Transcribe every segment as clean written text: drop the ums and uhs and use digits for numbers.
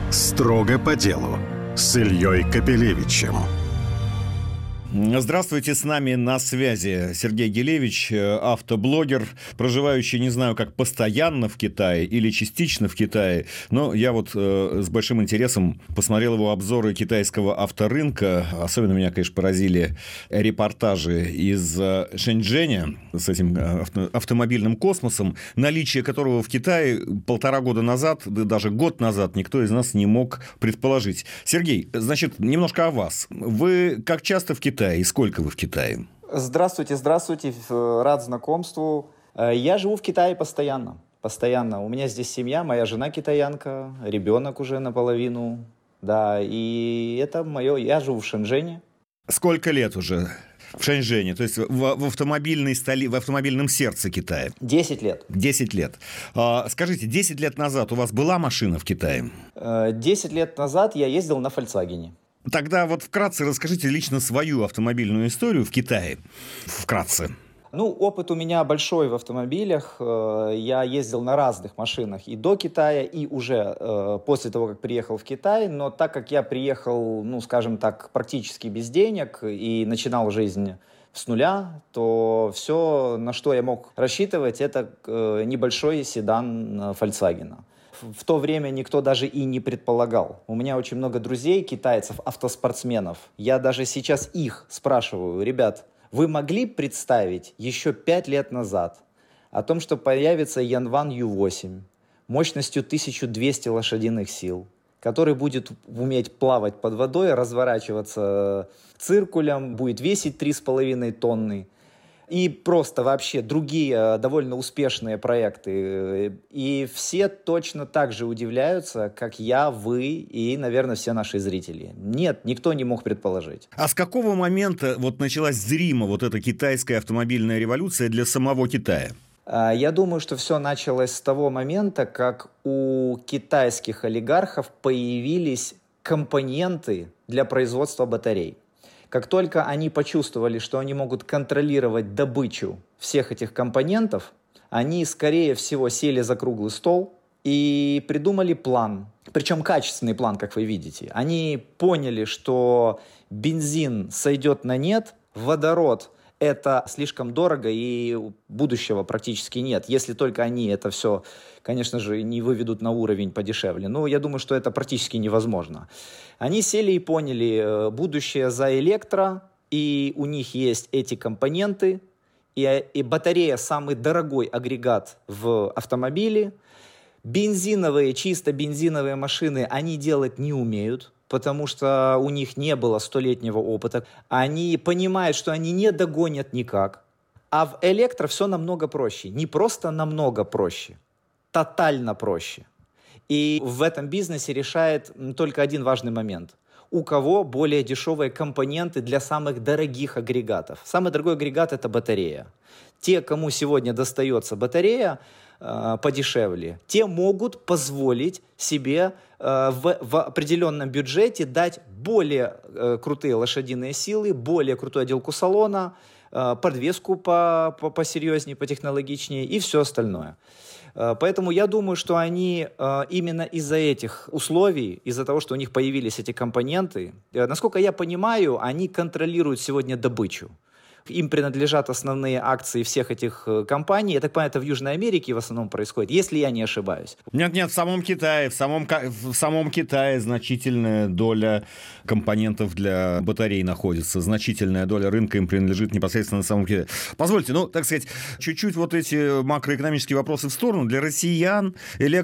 Строго по делу с Ильей Капелевичем. Здравствуйте, с нами на связи Сергей Гилевич, автоблогер, проживающий, не знаю, как постоянно в Китае или частично в Китае, но я вот с большим интересом посмотрел его обзоры китайского авторынка. Особенно меня, конечно, поразили репортажи из Шэньчжэня с этим автомобильным космосом, наличие которого в Китае 1,5 года назад, да даже год назад никто из нас не мог предположить. Сергей, значит, немножко о вас. Вы как часто в Китае и сколько вы в Китае? Здравствуйте, рад знакомству. Я живу в Китае постоянно. У меня здесь семья, моя жена китаянка, ребенок уже наполовину. Да, и это мое. Я живу в Шэньчжэне. Сколько лет уже в Шэньчжэне? То есть в автомобильном сердце Китая? 10 лет. 10 лет. Скажите, 10 лет назад у вас была машина в Китае? 10 лет назад я ездил на Volkswagen. Тогда вот вкратце расскажите лично свою автомобильную историю в Китае. Вкратце. Опыт у меня большой в автомобилях. Я ездил на разных машинах и до Китая, и уже после того, как приехал в Китай. Но так как я приехал, скажем так, практически без денег и начинал жизнь с нуля, то все, на что я мог рассчитывать, это небольшой седан Volkswagen. В то время никто даже и не предполагал. У меня очень много друзей, китайцев, автоспортсменов. Я даже сейчас их спрашиваю: ребят, вы могли представить еще 5 лет назад о том, что появится Yanvan U8 мощностью 1200 лошадиных сил, который будет уметь плавать под водой, разворачиваться циркулем, будет весить 3,5 тонны. И просто вообще другие довольно успешные проекты. И все точно так же удивляются, как я, вы и, наверное, все наши зрители. Нет, никто не мог предположить. А с какого момента началась зримо эта китайская автомобильная революция для самого Китая? Я думаю, что все началось с того момента, как у китайских олигархов появились компоненты для производства батарей. Как только они почувствовали, что они могут контролировать добычу всех этих компонентов, они, скорее всего, сели за круглый стол и придумали план. Причем качественный план, как вы видите. Они поняли, что бензин сойдет на нет, водород – это слишком дорого и будущего практически нет. Если только они это все, конечно же, не выведут на уровень подешевле. Я думаю, что это практически невозможно. Они сели и поняли: будущее за электро, и у них есть эти компоненты, и батарея – самый дорогой агрегат в автомобиле. Чисто бензиновые машины они делать не умеют, потому что у них не было 100-летнего опыта. Они понимают, что они не догонят никак. А в электро все намного проще. Не просто намного проще, тотально проще. И в этом бизнесе решает только один важный момент. У кого более дешевые компоненты для самых дорогих агрегатов. Самый дорогой агрегат – это батарея. Те, кому сегодня достается батарея подешевле, те могут позволить себе в определенном бюджете дать более крутые лошадиные силы, более крутую отделку салона, подвеску посерьезнее, потехнологичнее и все остальное. Поэтому я думаю, что они именно из-за этих условий, из-за того, что у них появились эти компоненты, насколько я понимаю, они контролируют сегодня добычу. Им принадлежат основные акции всех этих компаний. Я так понимаю, это в Южной Америке в основном происходит, если я не ошибаюсь. Нет, в самом Китае значительная доля компонентов для батарей находится. Значительная доля рынка им принадлежит непосредственно на самом Китае. Позвольте, так сказать, чуть-чуть эти макроэкономические вопросы в сторону. Для россиян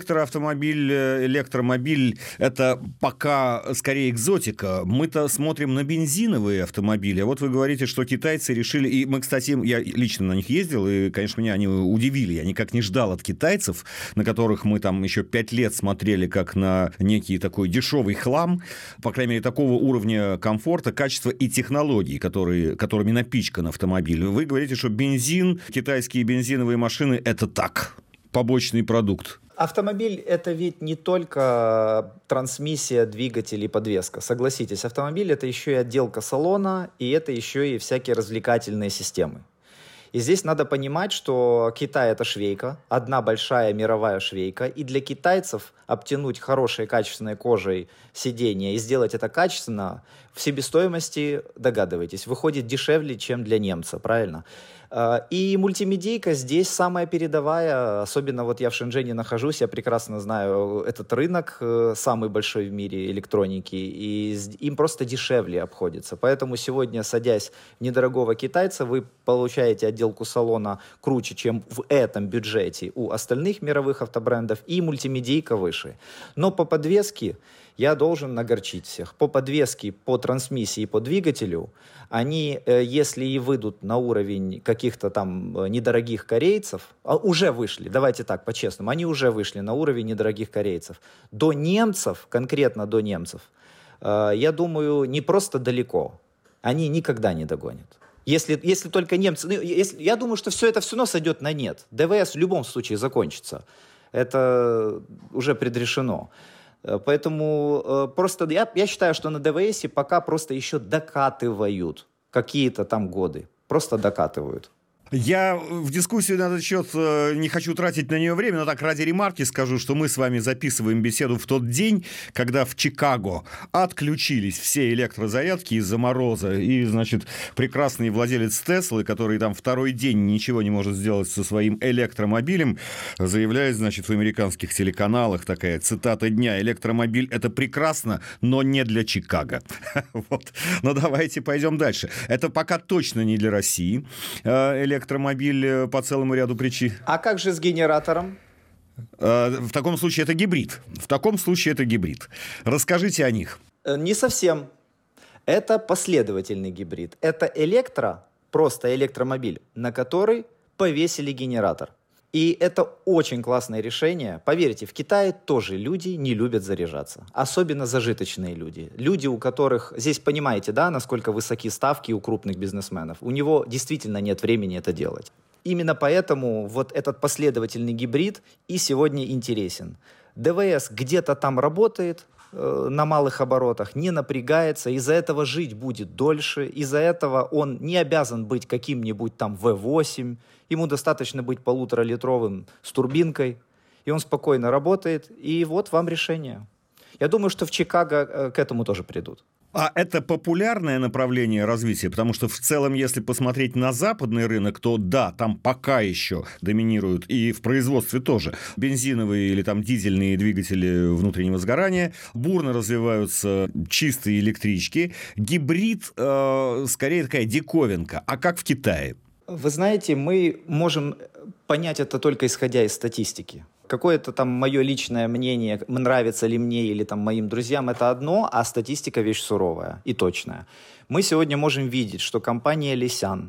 электромобиль – это пока скорее экзотика. Мы-то смотрим на бензиновые автомобили. А вы говорите, что китайцы решили. И мы, кстати, я лично на них ездил, и, конечно, меня они удивили. Я никак не ждал от китайцев, на которых мы там еще 5 лет смотрели как на некий такой дешевый хлам, по крайней мере, такого уровня комфорта, качества и технологий, которыми напичкан автомобиль. Вы говорите, что китайские бензиновые машины – это так, побочный продукт. Автомобиль – это ведь не только трансмиссия, двигатель и подвеска. Согласитесь, автомобиль – это еще и отделка салона, и это еще и всякие развлекательные системы. И здесь надо понимать, что Китай – это швейка, одна большая мировая швейка, и для китайцев обтянуть хорошей качественной кожей сиденье и сделать это качественно, в себестоимости, догадываетесь, выходит дешевле, чем для немца, правильно? И мультимедийка здесь самая передовая, особенно вот я в Шэньчжэне нахожусь, я прекрасно знаю этот рынок, самый большой в мире электроники, и им просто дешевле обходится. Поэтому сегодня, садясь в недорогого китайца, вы получаете отделку салона круче, чем в этом бюджете у остальных мировых автобрендов, и мультимедийка выше. Но по подвеске я должен огорчить всех. По подвеске, по трансмиссии, по двигателю, они, если и выйдут на уровень каких-то там недорогих корейцев, уже вышли, давайте так, по-честному, они уже вышли на уровень недорогих корейцев. До немцев, конкретно до немцев, я думаю, не просто далеко, они никогда не догонят. Если только немцы... я думаю, что все это все равно сойдет на нет. ДВС в любом случае закончится. Это уже предрешено. Поэтому просто я считаю, что на ДВСе пока просто еще докатывают какие-то там годы. Просто докатывают. Я в дискуссию на этот счет не хочу тратить на нее время, но так ради ремарки скажу, что мы с вами записываем беседу в тот день, когда в Чикаго отключились все электрозарядки из-за мороза. И, значит, прекрасный владелец Теслы, который там второй день ничего не может сделать со своим электромобилем, заявляет, значит, в американских телеканалах такая цитата дня: «Электромобиль – это прекрасно, но не для Чикаго». Вот. Но давайте пойдем дальше. Это пока точно не для России. Электромобиль по целому ряду причин. А как же с генератором? В таком случае это гибрид. Расскажите о них. Не совсем. Это последовательный гибрид. Это просто электромобиль, на который повесили генератор. И это очень классное решение. Поверьте, в Китае тоже люди не любят заряжаться. Особенно зажиточные люди. Люди, у которых... Здесь понимаете, да, насколько высоки ставки у крупных бизнесменов. У него действительно нет времени это делать. Именно поэтому вот этот последовательный гибрид и сегодня интересен. ДВС где-то там работает на малых оборотах, не напрягается, из-за этого жить будет дольше, из-за этого он не обязан быть каким-нибудь там V8, ему достаточно быть 1,5-литровым с турбинкой, и он спокойно работает, и вот вам решение. Я думаю, что в Чикаго к этому тоже придут. А это популярное направление развития? Потому что в целом, если посмотреть на западный рынок, то да, там пока еще доминируют, и в производстве тоже, бензиновые или там дизельные двигатели внутреннего сгорания, бурно развиваются чистые электрички. Гибрид скорее такая диковинка. А как в Китае? Вы знаете, мы можем понять это только исходя из статистики. Какое-то там мое личное мнение, нравится ли мне или там моим друзьям, это одно, а статистика вещь суровая и точная. Мы сегодня можем видеть, что компания Lisyan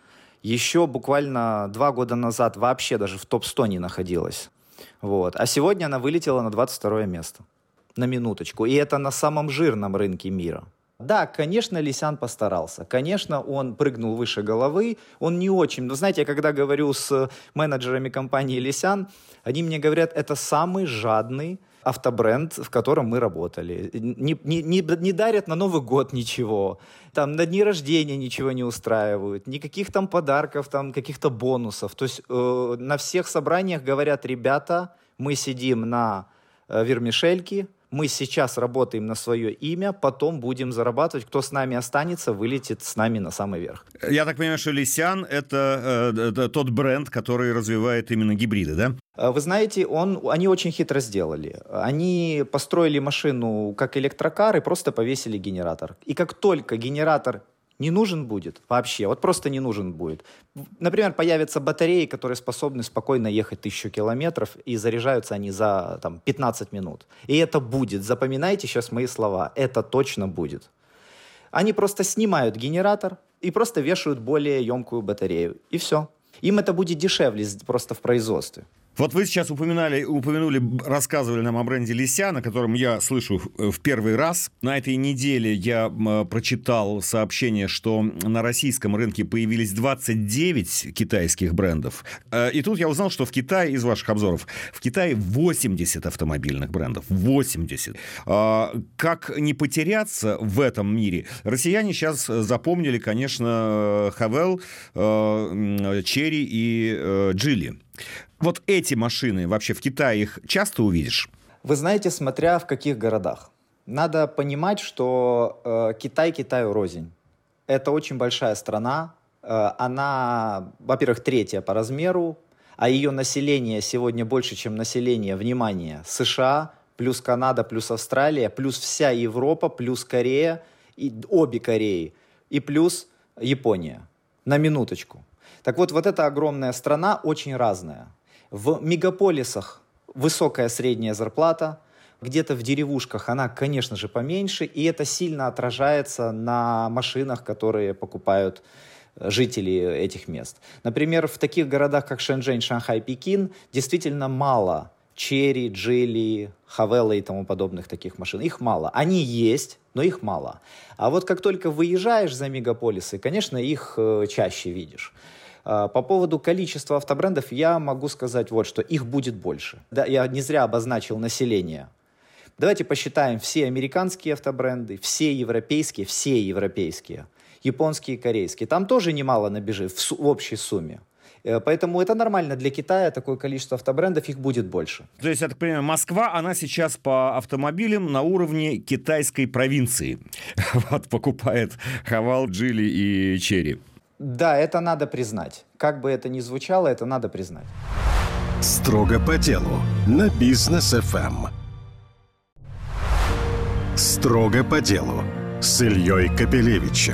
еще буквально 2 года назад вообще даже в топ-100 не находилась. Вот. А сегодня она вылетела на 22 место. На минуточку. И это на самом жирном рынке мира. Да, конечно, Lisyan постарался. Конечно, он прыгнул выше головы. Он не очень... Но знаете, я когда говорю с менеджерами компании Lisyan, они мне говорят, это самый жадный автобренд, в котором мы работали. Не дарят на Новый год ничего. Там на дни рождения ничего не устраивают. Никаких там подарков, там каких-то бонусов. То есть на всех собраниях говорят, ребята, мы сидим на вермишельке, мы сейчас работаем на свое имя, потом будем зарабатывать. Кто с нами останется, вылетит с нами на самый верх. Я так понимаю, что Lisyan – это тот бренд, который развивает именно гибриды, да? Вы знаете, они очень хитро сделали. Они построили машину как электрокар и просто повесили генератор. И как только генератор не нужен будет вообще, вот просто не нужен будет. Например, появятся батареи, которые способны спокойно ехать 1000 километров, и заряжаются они за 15 минут. И это будет, запоминайте сейчас мои слова, это точно будет. Они просто снимают генератор и просто вешают более емкую батарею, и все. Им это будет дешевле просто в производстве. Вот вы сейчас упомянули, рассказывали нам о бренде Lysian, о котором я слышу в первый раз. На этой неделе я прочитал сообщение, что на российском рынке появились 29 китайских брендов. И тут я узнал, что в Китае, из ваших обзоров, в Китае 80 автомобильных брендов. 80. Как не потеряться в этом мире? Россияне сейчас запомнили, конечно, Haval, Chery и Geely. Вот эти машины вообще в Китае их часто увидишь? Вы знаете, смотря в каких городах. Надо понимать, что Китай Китаю рознь. Это очень большая страна. Она, во-первых, третья по размеру, а ее население сегодня больше, чем население, внимание, США, плюс Канада, плюс Австралия, плюс вся Европа, плюс Корея, и обе Кореи, и плюс Япония. На минуточку. Так вот эта огромная страна очень разная. В мегаполисах высокая средняя зарплата, где-то в деревушках она, конечно же, поменьше, и это сильно отражается на машинах, которые покупают жители этих мест. Например, в таких городах, как Шэньчжэнь, Шанхай, Пекин, действительно мало Chery, Geely, Haval и тому подобных таких машин. Их мало. Они есть, но их мало. А вот как только выезжаешь за мегаполисы, конечно, их чаще видишь. По поводу количества автобрендов я могу сказать вот что. Их будет больше. Да, я не зря обозначил население. Давайте посчитаем все американские автобренды, все европейские, японские, корейские. Там тоже немало набежит в общей сумме. Поэтому это нормально для Китая, такое количество автобрендов, их будет больше. То есть, я так понимаю, Москва, она сейчас по автомобилям на уровне китайской провинции. Вот покупает Haval, Geely и Chery. Да, это надо признать. Как бы это ни звучало, это надо признать. Строго по делу на Бизнес ФМ. Строго по делу с Ильей Капелевичем.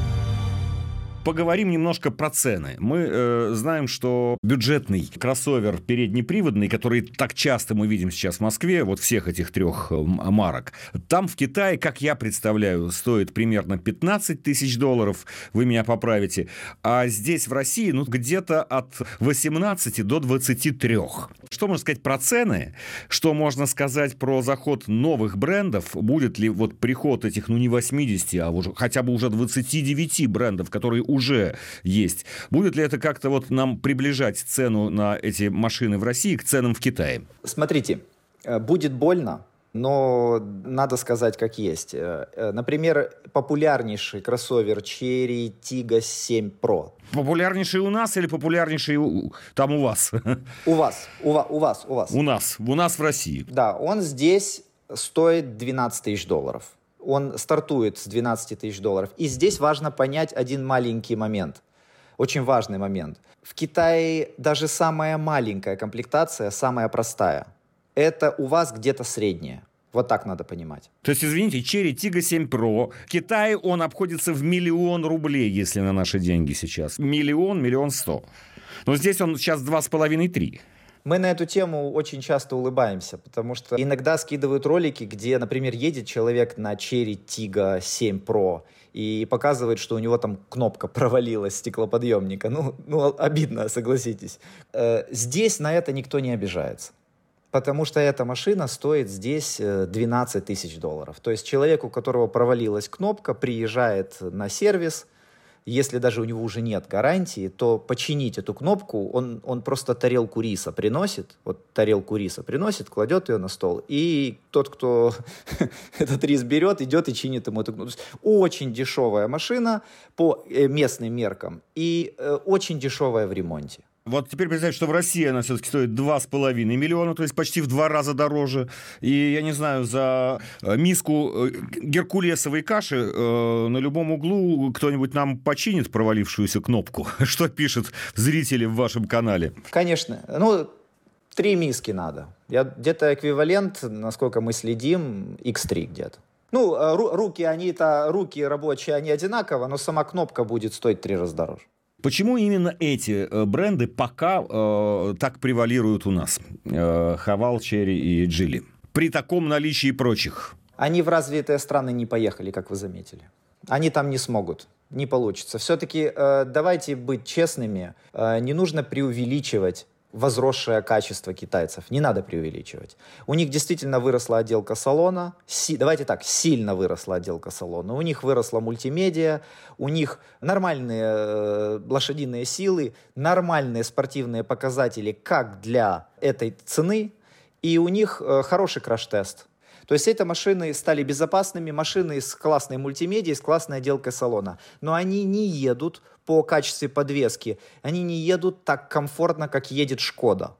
Поговорим немножко про цены. Мы знаем, что бюджетный кроссовер переднеприводный, который так часто мы видим сейчас в Москве, вот всех этих трех марок, там в Китае, как я представляю, стоит примерно $15 тысяч, вы меня поправите, а здесь в России где-то от 18 до 23. Что можно сказать про цены? Что можно сказать про заход новых брендов? Будет ли вот приход этих, не 80, а уже, хотя бы уже 29 брендов, которые уже есть. Будет ли это как-то нам приближать цену на эти машины в России к ценам в Китае? Смотрите, будет больно, но надо сказать как есть. Например, популярнейший кроссовер Chery Tiggo 7 Pro. Популярнейший у нас или популярнейший там у вас? У вас. У нас в России. Да, он здесь стоит $12 тысяч. Он стартует с $12 тысяч. И здесь важно понять один маленький момент. Очень важный момент. В Китае даже самая маленькая комплектация, самая простая, это у вас где-то средняя. Вот так надо понимать. То есть, извините, Chery Tiggo 7 Pro, в Китае он обходится в $1 миллион, если на наши деньги сейчас. $1 100 000. Но здесь он сейчас 2,5-3. Мы на эту тему очень часто улыбаемся, потому что иногда скидывают ролики, где, например, едет человек на Chery Tiggo 7 Pro и показывает, что у него там кнопка провалилась стеклоподъемника. Обидно, согласитесь. Здесь на это никто не обижается, потому что эта машина стоит здесь $12 тысяч. То есть человек, у которого провалилась кнопка, приезжает на сервис. Если даже у него уже нет гарантии, то починить эту кнопку, он просто тарелку риса приносит, кладет ее на стол, и тот, кто этот рис берет, идет и чинит ему эту кнопку. Очень дешевая машина по местным меркам и очень дешевая в ремонте. Вот теперь представьте, что в России она все-таки стоит 2,5 миллиона, то есть почти в 2 раза дороже. И, я не знаю, за миску геркулесовой каши на любом углу кто-нибудь нам починит провалившуюся кнопку. Что пишут зрители в вашем канале? Конечно. 3 миски надо. Где-то эквивалент, насколько мы следим, X3 где-то. Руки рабочие, они одинаково, но сама кнопка будет стоить 3 раза дороже. Почему именно эти бренды пока так превалируют у нас? Haval, Chery и Geely. При таком наличии прочих. Они в развитые страны не поехали, как вы заметили. Они там не смогут, не получится. Все-таки давайте быть честными, не нужно преувеличивать возросшее качество китайцев. Не надо преувеличивать. У них действительно выросла отделка салона. Давайте так, сильно выросла отделка салона. У них выросла мультимедиа, у них нормальные лошадиные силы, нормальные спортивные показатели как для этой цены, и у них хороший краш-тест. То есть эти машины стали безопасными, машины с классной мультимедией, с классной отделкой салона. Но они не едут по качеству подвески, они не едут так комфортно, как едет Шкода.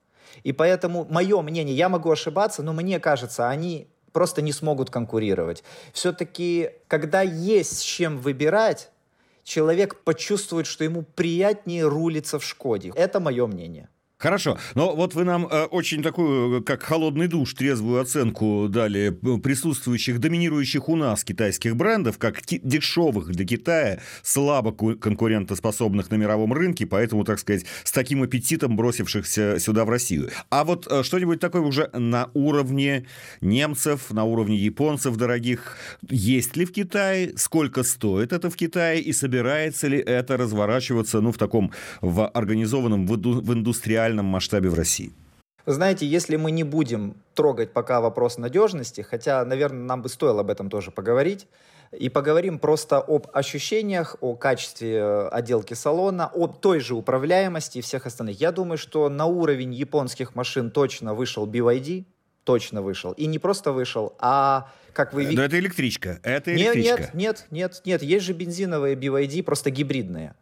И поэтому, мое мнение, я могу ошибаться, но мне кажется, они просто не смогут конкурировать. Все-таки, когда есть с чем выбирать, человек почувствует, что ему приятнее рулиться в Шкоде. Это мое мнение. Хорошо, но вот вы нам очень такую, как холодный душ, трезвую оценку дали присутствующих, доминирующих у нас китайских брендов, как дешевых для Китая, слабо конкурентоспособных на мировом рынке, поэтому, так сказать, с таким аппетитом бросившихся сюда, в Россию. А вот что-нибудь такое уже на уровне немцев, на уровне японцев дорогих, есть ли в Китае, сколько стоит это в Китае и собирается ли это разворачиваться, в таком в организованном, в индустриальном масштабе в России? Вы знаете, если мы не будем трогать пока вопрос надежности, хотя, наверное, нам бы стоило об этом тоже поговорить, и поговорим просто об ощущениях, о качестве отделки салона, о той же управляемости и всех остальных. Я думаю, что на уровень японских машин точно вышел BYD, точно вышел. И не просто вышел, а как вы видите... Но это электричка, это электричка. Нет, есть же бензиновые BYD, просто гибридные.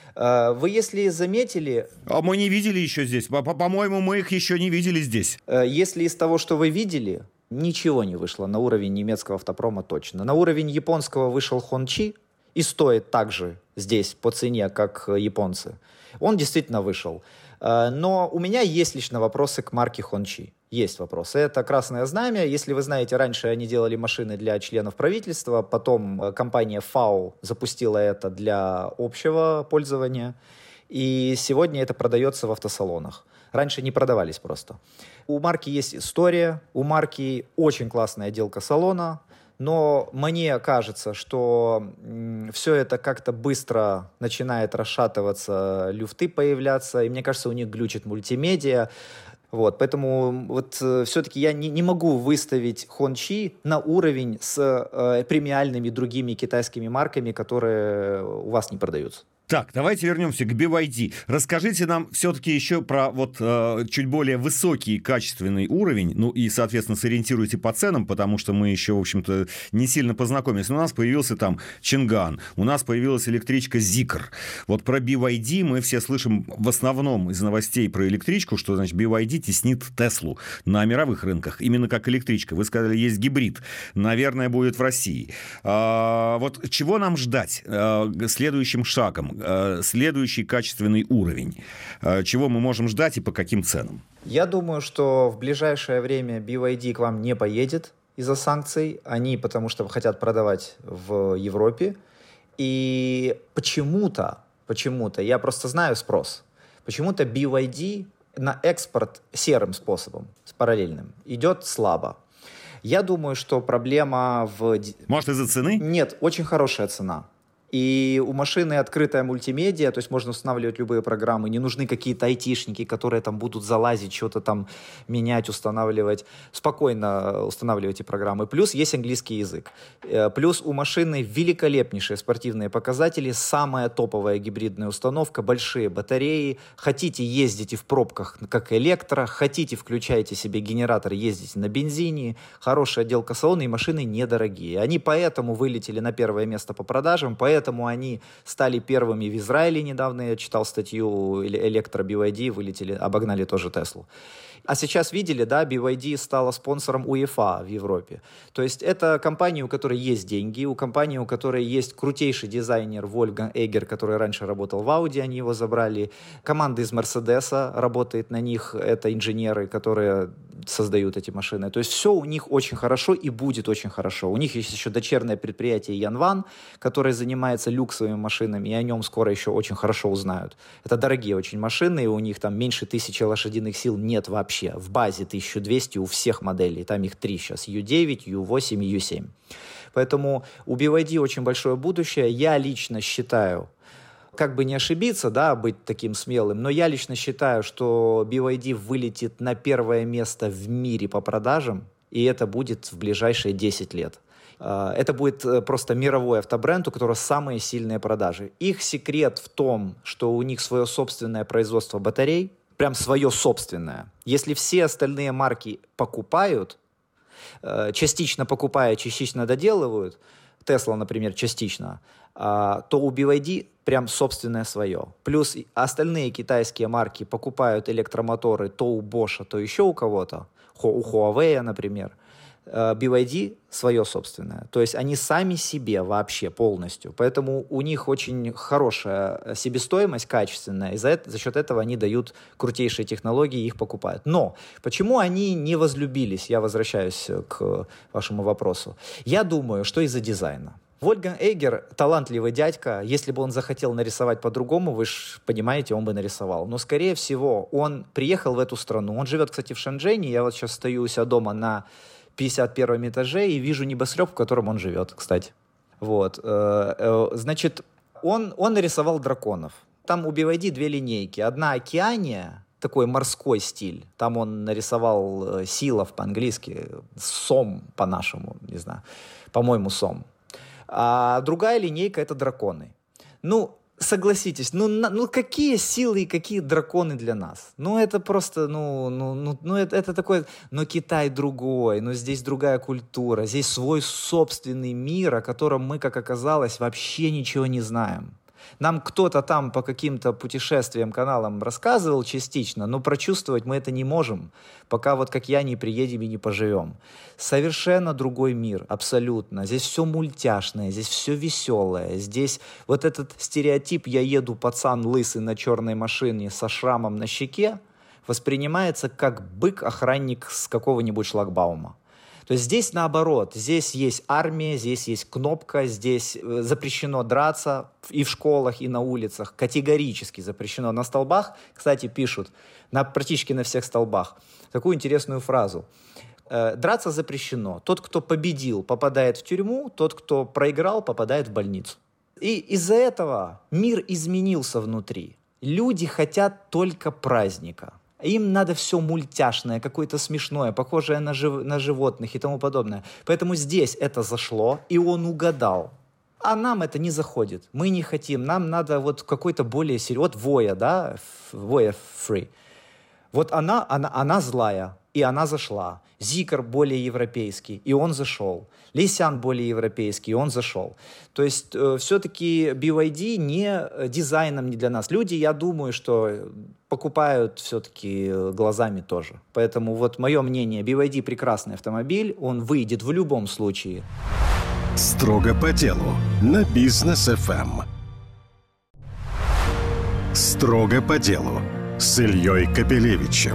Вы, если заметили... А мы не видели еще здесь. По-моему, мы их еще не видели здесь. Если из того, что вы видели, ничего не вышло на уровень немецкого автопрома точно. На уровень японского вышел Хончи и стоит так же здесь по цене, как японцы. Он действительно вышел. Но у меня есть лично вопросы к марке Хончи. Есть вопросы. Это красное знамя. Если вы знаете, раньше они делали машины для членов правительства, потом компания FAW запустила это для общего пользования, и сегодня это продается в автосалонах. Раньше не продавались просто. У марки есть история, у марки очень классная отделка салона, но мне кажется, что все это как-то быстро начинает расшатываться, люфты появляться, и мне кажется, у них глючит мультимедиа. Поэтому все-таки я не могу выставить Хончи на уровень с премиальными другими китайскими марками, которые у вас не продаются. Так, давайте вернемся к BYD. Расскажите нам все-таки еще про чуть более высокий качественный уровень, и, соответственно, сориентируйте по ценам, потому что мы еще, в общем-то, не сильно познакомились. У нас появился там Чинган, у нас появилась электричка Zikr. Вот про BYD мы все слышим в основном из новостей про электричку, что, значит, BYD теснит Теслу на мировых рынках, именно как электричка. Вы сказали, есть гибрид. Наверное, будет в России. Чего нам ждать следующим шагом? Следующий качественный уровень. Чего мы можем ждать и по каким ценам? Я думаю, что в ближайшее время BYD к вам не поедет из-за санкций. Они потому что хотят продавать в Европе. И почему-то, я просто знаю спрос, почему-то BYD на экспорт серым способом, с параллельным, идет слабо. Я думаю, что проблема в... Может, из-за цены? Нет, очень хорошая цена. И у машины открытая мультимедиа, то есть можно устанавливать любые программы, не нужны какие-то айтишники, которые там будут залазить, что-то там менять, устанавливать. Спокойно устанавливайте программы. Плюс есть английский язык. Плюс у машины великолепнейшие спортивные показатели, самая топовая гибридная установка, большие батареи. Хотите, ездите в пробках как электро, хотите, включайте себе генератор, ездите на бензине. Хорошая отделка салона, и машины недорогие. Они поэтому вылетели на первое место по продажам, поэтому они стали первыми в Израиле недавно. Я читал статью, электро BYD вылетели, обогнали тоже Теслу. А сейчас видели, да, BYD стала спонсором УЕФА в Европе. То есть это компания, у которой есть деньги, у компании, у которой есть крутейший дизайнер Вольфганг Эггер, который раньше работал в Audi, они его забрали. Команда из Мерседеса работает на них, это инженеры, которые создают эти машины. То есть все у них очень хорошо и будет очень хорошо. У них есть еще дочернее предприятие Янван, которое занимается люксовыми машинами, и о нем скоро еще очень хорошо узнают. Это дорогие очень машины, и у них там меньше 1000 лошадиных сил нет вообще. В базе 1200 у всех моделей. Там их 3 сейчас. U9, U8 и U7. Поэтому у BYD очень большое будущее. Я лично считаю, как бы не ошибиться, да, быть таким смелым, но я лично считаю, что BYD вылетит на первое место в мире по продажам, и это будет в ближайшие 10 лет. Это будет просто мировой автобренд, у которого самые сильные продажи. Их секрет в том, что у них свое собственное производство батарей, прям свое собственное. Если все остальные марки покупают, частично покупая, частично доделывают, Tesla, например, частично, то у BYD прям собственное свое. Плюс остальные китайские марки покупают электромоторы то у Bosch, то еще у кого-то, у Huawei, например. BYD свое собственное. То есть они сами себе вообще полностью. Поэтому у них очень хорошая себестоимость, качественная, и за счет этого они дают крутейшие технологии и их покупают. Но почему они не возлюбились? Я возвращаюсь к вашему вопросу. Я думаю, что из-за дизайна. Вольфганг Эйгер талантливый дядька. Если бы он захотел нарисовать по-другому, вы же понимаете, он бы нарисовал. Но, скорее всего, он приехал в эту страну. Он живет, кстати, в Шэньчжэне. Я вот сейчас стою у себя дома на 51-м этаже и вижу небоскреб, в котором он живет, кстати. Вот. Значит, он нарисовал драконов. Там у BYD две линейки. Одна Океания, такой морской стиль. Там он нарисовал силов по-английски, сом по-нашему, не знаю. По-моему, сом. А другая линейка — это драконы. Ну, согласитесь, ну какие силы и какие драконы для нас? Ну, это просто, это такое... Но Китай другой, но здесь другая культура, здесь свой собственный мир, о котором мы, как оказалось, вообще ничего не знаем. Нам кто-то там по каким-то путешествиям, каналам рассказывал частично, но прочувствовать мы это не можем, пока вот как я не приедем и не поживем. Совершенно другой мир, абсолютно. Здесь все мультяшное, здесь все веселое. Здесь вот этот стереотип «я еду пацан лысый на черной машине со шрамом на щеке» воспринимается как бык-охранник с какого-нибудь шлагбаума. То есть здесь наоборот, здесь есть армия, здесь есть кнопка, здесь запрещено драться и в школах, и на улицах, категорически запрещено. На столбах, кстати, пишут, практически на всех столбах, такую интересную фразу. Драться запрещено. Тот, кто победил, попадает в тюрьму, тот, кто проиграл, попадает в больницу. И из-за этого мир изменился внутри. Люди хотят только праздника. Им надо все мультяшное, какое-то смешное, похожее на животных и тому подобное. Поэтому здесь это зашло, и он угадал. А нам это не заходит. Мы не хотим. Нам надо вот какой-то более серьезный... Вот Voya, да? Voya Free. Вот она злая, и она зашла. Зикр более европейский, и он зашел. Лейсян более европейский, и он зашел. То есть все-таки BYD не дизайном не для нас. Люди, я думаю, что покупают все-таки глазами тоже. Поэтому вот мое мнение, BYD прекрасный автомобиль, он выйдет в любом случае. Строго по делу на Бизнес FM. Строго по делу с Ильей Капелевичем.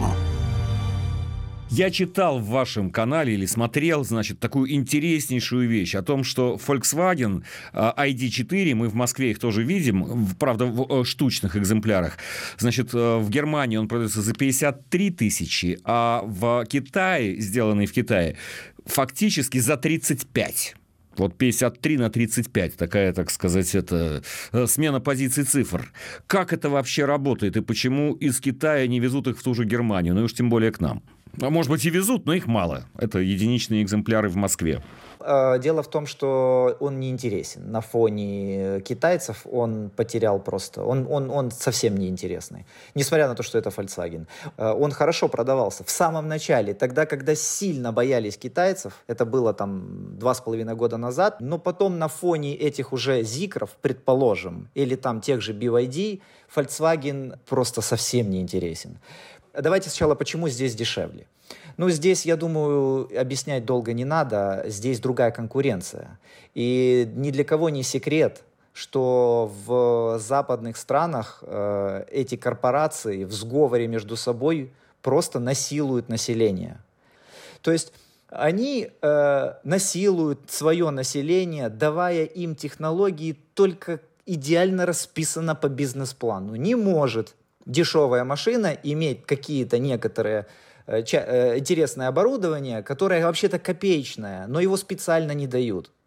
Я читал в вашем канале или смотрел, значит, такую интереснейшую вещь о том, что Volkswagen ID.4, мы в Москве их тоже видим, правда, в штучных экземплярах, значит, в Германии он продается за 53 тысячи, а в Китае, сделанный в Китае, фактически за 35. Вот 53 на 35, такая, так сказать, это смена позиций цифр. Как это вообще работает и почему из Китая не везут их в ту же Германию, ну и уж тем более к нам? А может быть и везут, но их мало. Это единичные экземпляры в Москве. Дело в том, что он не интересен. На фоне китайцев он потерял просто... Он совсем не интересный. Несмотря на то, что это Volkswagen. Он хорошо продавался в самом начале, тогда, когда сильно боялись китайцев. Это было там 2,5 года назад. Но потом на фоне этих уже зикров, предположим, или там тех же BYD, Volkswagen просто совсем не интересен. Давайте сначала, почему здесь дешевле. Ну, здесь, я думаю, объяснять долго не надо. Здесь другая конкуренция. И ни для кого не секрет, что в западных странах эти корпорации в сговоре между собой просто насилуют население. То есть они насилуют свое население, давая им технологии только идеально расписано по бизнес-плану. Не может дешевая машина иметь какие-то некоторые интересное оборудование, которое вообще-то копеечное, но его специально не дают.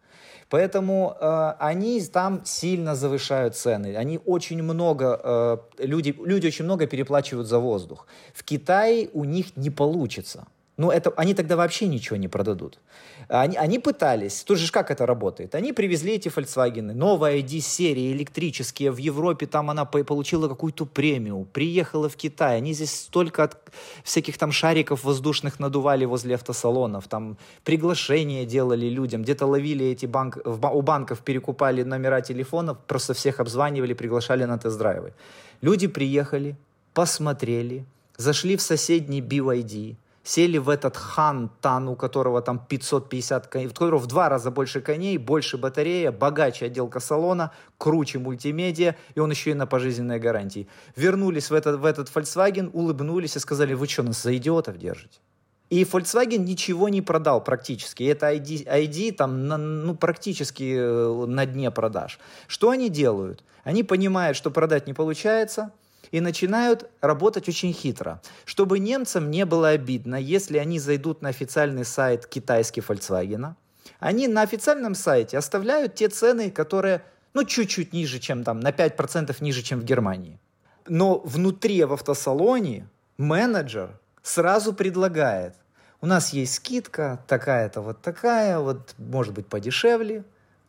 Поэтому они там сильно завышают цены. Они очень много, люди очень много переплачивают за воздух. В Китае у них не получится. Ну, они тогда вообще ничего не продадут. Они пытались, тут же как это работает? Они привезли эти Volkswagen, новая ID-серия, электрические, в Европе там она получила какую-то премию, приехала в Китай, они здесь столько всяких там шариков воздушных надували возле автосалонов, там приглашения делали людям, где-то ловили эти у банков, перекупали номера телефонов, просто всех обзванивали, приглашали на тест-драйвы. Люди приехали, посмотрели, зашли в соседний BYD, сели в этот Хантан, у которого там 550 коней, у которого в 2 раза больше коней, больше батарея, богаче отделка салона, круче мультимедиа, и он еще и на пожизненной гарантии. Вернулись в этот Volkswagen, улыбнулись и сказали: вы что, нас за идиотов держите? И Volkswagen ничего не продал практически. Это ID там практически на дне продаж. Что они делают? Они понимают, что продать не получается, и начинают работать очень хитро, чтобы немцам не было обидно, если они зайдут на официальный сайт китайский Volkswagen. Они на официальном сайте оставляют те цены, которые чуть-чуть ниже, чем там, на 5% ниже, чем в Германии. Но внутри в автосалоне менеджер сразу предлагает: у нас есть скидка, такая-то вот такая, вот может быть подешевле,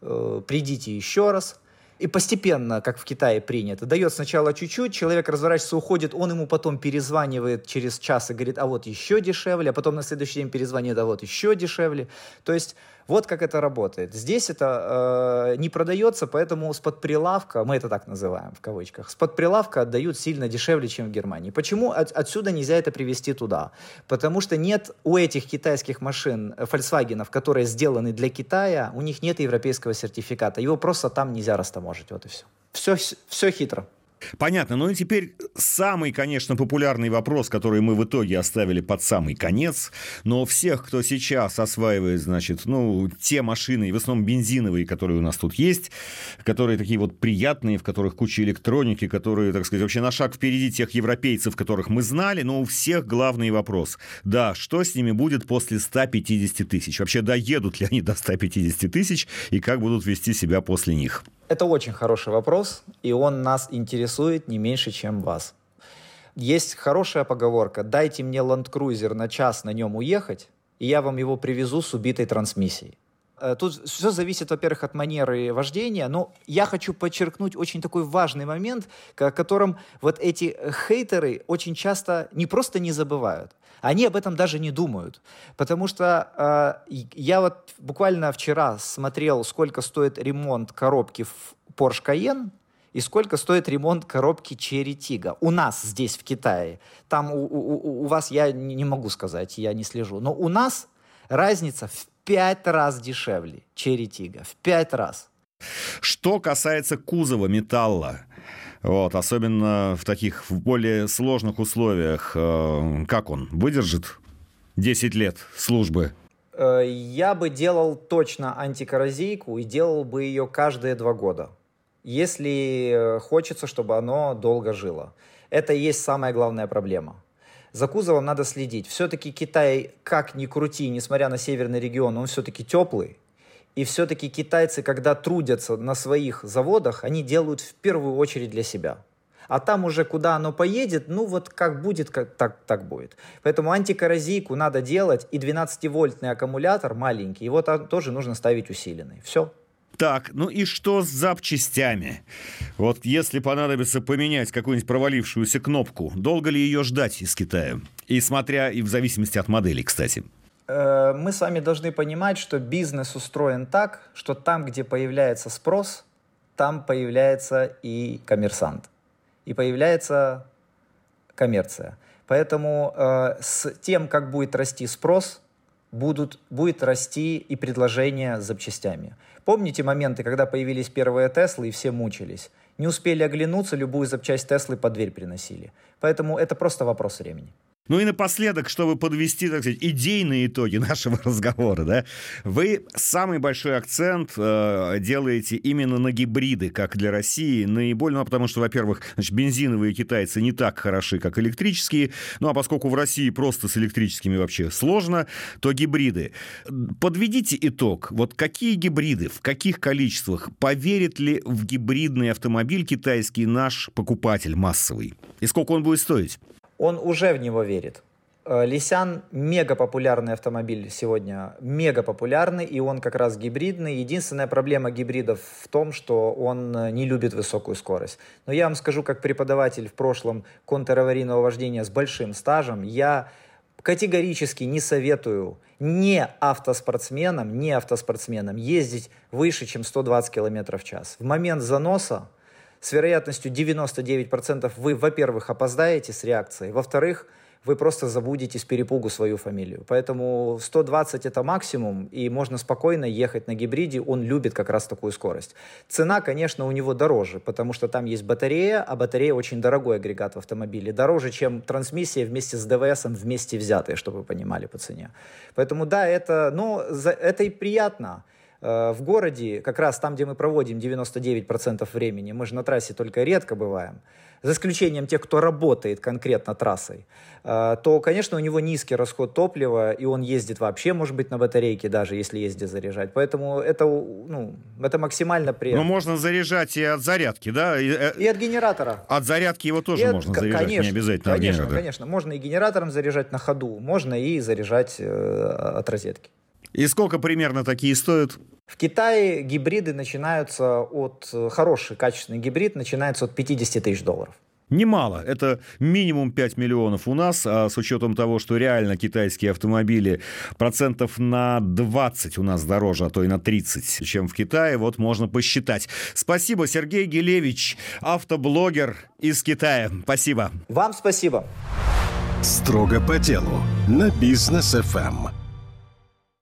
придите еще раз. И постепенно, как в Китае принято, дает сначала чуть-чуть, человек разворачивается, уходит, он ему потом перезванивает через час и говорит: а вот еще дешевле, а потом на следующий день перезвонит: а вот еще дешевле. То есть вот как это работает. Здесь это не продается, поэтому с-под прилавка, мы это так называем в кавычках, с-под прилавка отдают сильно дешевле, чем в Германии. Почему отсюда нельзя это привезти туда? Потому что нет у этих китайских машин, Volkswagen, которые сделаны для Китая, у них нет европейского сертификата. Его просто там нельзя растаможить. Вот и все. Все хитро. Понятно. Ну и теперь самый, конечно, популярный вопрос, который мы в итоге оставили под самый конец. Но всех, кто сейчас осваивает, значит, те машины, в основном бензиновые, которые у нас тут есть, которые такие вот приятные, в которых куча электроники, которые, так сказать, вообще на шаг впереди тех европейцев, которых мы знали, но у всех главный вопрос. Да, что с ними будет после 150 тысяч? Вообще, доедут ли они до 150 тысяч и как будут вести себя после них? Это очень хороший вопрос, и он нас интересует не меньше, чем вас. Есть хорошая поговорка: дайте мне Land Cruiser на час на нем уехать, и я вам его привезу с убитой трансмиссией. Тут все зависит, во-первых, от манеры вождения, но я хочу подчеркнуть очень такой важный момент, о котором вот эти хейтеры очень часто не просто не забывают, они об этом даже не думают. Потому что я вот буквально вчера смотрел, сколько стоит ремонт коробки в Porsche Cayenne и сколько стоит ремонт коробки Cherry Tiggo. У нас здесь, в Китае. Там у вас я не могу сказать, я не слежу. Но у нас разница в 5 раз дешевле Cherry Tiggo. В 5 раз. Что касается кузова, металла, особенно в таких более сложных условиях, как он выдержит 10 лет службы? Я бы делал точно антикоррозийку и делал бы ее каждые 2 года, если хочется, чтобы оно долго жило. Это и есть самая главная проблема. За кузовом надо следить. Все-таки Китай, как ни крути, несмотря на северный регион, он все-таки теплый. И все-таки китайцы, когда трудятся на своих заводах, они делают в первую очередь для себя. А там уже куда оно поедет, как будет, так будет. Поэтому антикоррозийку надо делать, и 12-вольтный аккумулятор маленький, его тоже нужно ставить усиленный. Все. Так, и что с запчастями? Вот если понадобится поменять какую-нибудь провалившуюся кнопку, долго ли ее ждать из Китая? И в зависимости от модели, кстати. Мы с вами должны понимать, что бизнес устроен так, что там, где появляется спрос, там появляется и коммерсант. И появляется коммерция. Поэтому с тем, как будет расти спрос, будет расти и предложение с запчастями. Помните моменты, когда появились первые Теслы и все мучились? Не успели оглянуться, любую запчасть Теслы под дверь приносили. Поэтому это просто вопрос времени. Ну и напоследок, чтобы подвести, так сказать, идейные итоги нашего разговора, да, вы самый большой акцент делаете именно на гибриды, как для России, наиболее, потому что, во-первых, значит, бензиновые китайцы не так хороши, как электрические, а поскольку в России просто с электрическими вообще сложно, то гибриды. Подведите итог. Вот какие гибриды, в каких количествах, поверит ли в гибридный автомобиль китайский наш покупатель массовый? И сколько он будет стоить? Он уже в него верит. Лисян мега популярный автомобиль сегодня, мега популярный, и он как раз гибридный. Единственная проблема гибридов в том, что он не любит высокую скорость. Но я вам скажу, как преподаватель в прошлом контраварийного вождения с большим стажем, я категорически не советую не автоспортсменам ездить выше, чем 120 км в час. В момент заноса с вероятностью 99% вы, во-первых, опоздаете с реакцией, во-вторых, вы просто забудете с перепугу свою фамилию. Поэтому 120 это максимум, и можно спокойно ехать на гибриде, он любит как раз такую скорость. Цена, конечно, у него дороже, потому что там есть батарея, а батарея очень дорогой агрегат в автомобиле, дороже, чем трансмиссия вместе с ДВСом вместе взятые, чтобы вы понимали по цене. Поэтому да, это и приятно. В городе, как раз там, где мы проводим 99% времени, мы же на трассе только редко бываем, за исключением тех, кто работает конкретно трассой, то, конечно, у него низкий расход топлива, и он ездит вообще, может быть, на батарейке даже, если есть где заряжать. Поэтому это максимально приятно. Но можно заряжать и от зарядки, да? И от генератора. От зарядки его тоже можно заряжать, конечно, не обязательно от генератора. Конечно, можно и генератором заряжать на ходу, можно и заряжать от розетки. И сколько примерно такие стоят? В Китае гибриды начинаются хороший, качественный гибрид начинается от $50 тысяч. Немало. Это минимум 5 миллионов у нас, а с учетом того, что реально китайские автомобили процентов на 20 у нас дороже, а то и на 30, чем в Китае, вот можно посчитать. Спасибо, Сергей Гилевич, автоблогер из Китая. Спасибо. Вам спасибо. Строго по делу на Бизнес ФМ.